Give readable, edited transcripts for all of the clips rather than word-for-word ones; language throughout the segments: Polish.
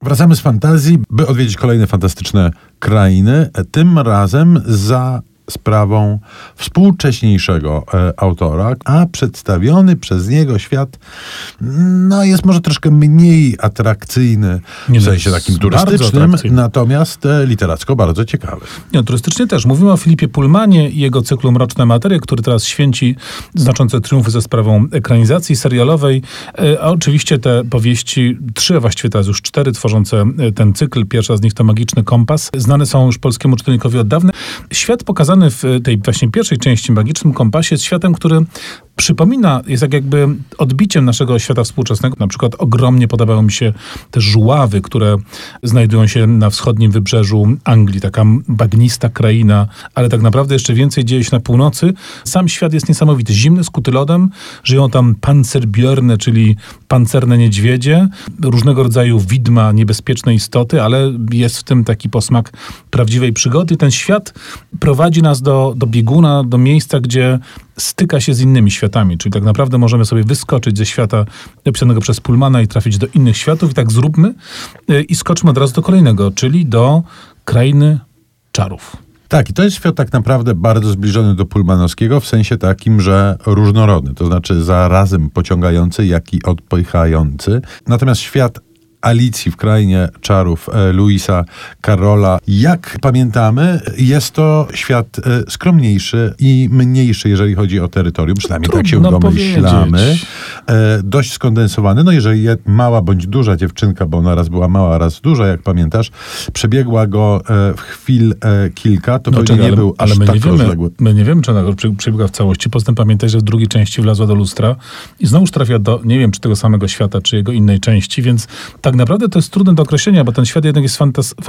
Wracamy z fantazji, by odwiedzić kolejne fantastyczne krainy, tym razem za sprawą współcześniejszego autora, a przedstawiony przez niego świat jest może troszkę mniej atrakcyjny w sensie takim turystycznym, natomiast literacko bardzo ciekawy. Turystycznie też. Mówimy o Philippie Pullmanie i jego cyklu Mroczne Materie, który teraz święci znaczące triumfy ze sprawą ekranizacji serialowej, a oczywiście te powieści, 3, a właściwie teraz już 4, tworzące ten cykl. Pierwsza z nich to Magiczny Kompas. Znane są już polskiemu czytelnikowi od dawna. Świat pokazany w tej właśnie pierwszej części Magicznym Kompasie jest światem, który przypomina, jest jak jakby odbiciem naszego świata współczesnego. Na przykład ogromnie podobały mi się te żuławy, które znajdują się na wschodnim wybrzeżu Anglii. Taka bagnista kraina, ale tak naprawdę jeszcze więcej dzieje się na północy. Sam świat jest niesamowity. Zimny, skuty lodem. Żyją tam pancerbjörny, czyli pancerne niedźwiedzie. Różnego rodzaju widma, niebezpieczne istoty, ale jest w tym taki posmak prawdziwej przygody. Ten świat prowadzi nas do bieguna, do miejsca, gdzie styka się z innymi światami, czyli tak naprawdę możemy sobie wyskoczyć ze świata napisanego przez Pullmana i trafić do innych światów i tak zróbmy i skoczmy od razu do kolejnego, czyli do krainy czarów. Tak, i to jest świat tak naprawdę bardzo zbliżony do pullmanowskiego w sensie takim, że różnorodny, to znaczy zarazem pociągający, jak i odpychający. Natomiast świat Alicji w Krainie Czarów Lewisa Carrolla, jak pamiętamy, jest to świat skromniejszy i mniejszy, jeżeli chodzi o terytorium, przynajmniej tak się domyślamy. Dość skondensowany. Jeżeli mała bądź duża dziewczynka, bo ona raz była mała, raz duża, jak pamiętasz, przebiegła go w chwil kilka, to pewnie nie był aż tak rozległy. My nie wiemy, czy ona go przebiegła w całości. Poza tym pamiętaj, że w drugiej części wlazła do lustra i znowuż trafia do, nie wiem, czy tego samego świata, czy jego innej części, więc tak naprawdę to jest trudne do określenia, bo ten świat jednak jest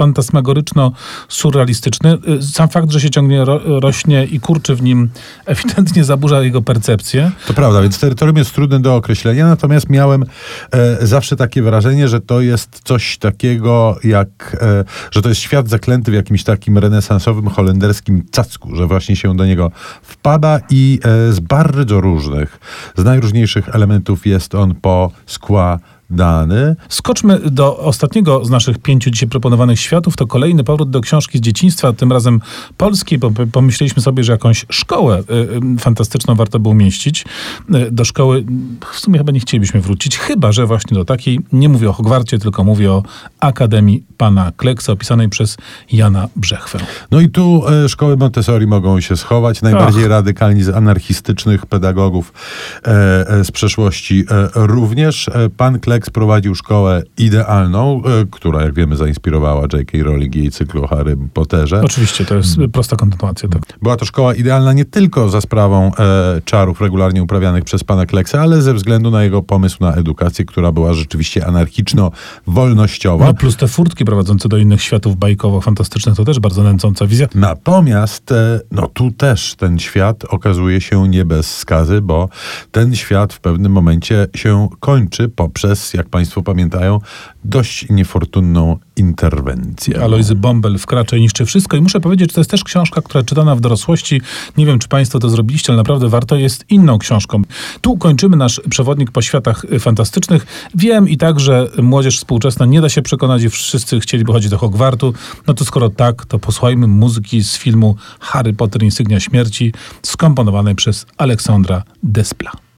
fantasmagoryczno-surrealistyczny. Sam fakt, że się ciągnie, rośnie i kurczy w nim, ewidentnie zaburza jego percepcję. To prawda, więc terytorium jest trudne do określenia, natomiast miałem zawsze takie wrażenie, że to jest coś takiego jak, że to jest świat zaklęty w jakimś takim renesansowym, holenderskim cacku, że właśnie się do niego wpada i z bardzo różnych, z najróżniejszych elementów jest on poskładany. Skoczmy do ostatniego z naszych 5 dzisiaj proponowanych światów. To kolejny powrót do książki z dzieciństwa, tym razem polskiej, bo pomyśleliśmy sobie, że jakąś szkołę fantastyczną warto by umieścić. Do szkoły w sumie chyba nie chcielibyśmy wrócić, chyba że właśnie do takiej, nie mówię o Hogwarcie, tylko mówię o Akademii Pana Kleksa, opisanej przez Jana Brzechwę. No i tu szkoły Montessori mogą się schować. Najbardziej radykalni z anarchistycznych pedagogów z przeszłości również. Pan Kleks prowadził szkołę idealną, która, jak wiemy, zainspirowała J.K. Rowling i jej cyklu o Harrym Potterze. Oczywiście, to jest prosta kontynuacja. Tak. Była to szkoła idealna nie tylko za sprawą czarów regularnie uprawianych przez pana Kleksa, ale ze względu na jego pomysł na edukację, która była rzeczywiście anarchiczno-wolnościowa. No plus te furtki prowadzące do innych światów bajkowo-fantastycznych, to też bardzo nęcąca wizja. Natomiast tu też ten świat okazuje się nie bez skazy, bo ten świat w pewnym momencie się kończy poprzez, jak państwo pamiętają, dość niefortunną interwencję. Alojzy Bąbel wkracza i niszczy wszystko. I muszę powiedzieć, że to jest też książka, która czytana w dorosłości. Nie wiem, czy państwo to zrobiliście, ale naprawdę warto, jest inną książką. Tu kończymy nasz przewodnik po światach fantastycznych. Wiem i tak, że młodzież współczesna nie da się przekonać i wszyscy chcieliby chodzić do Hogwartu. No to skoro tak, to posłuchajmy muzyki z filmu Harry Potter Insygnia Śmierci, skomponowanej przez Aleksandra Despla.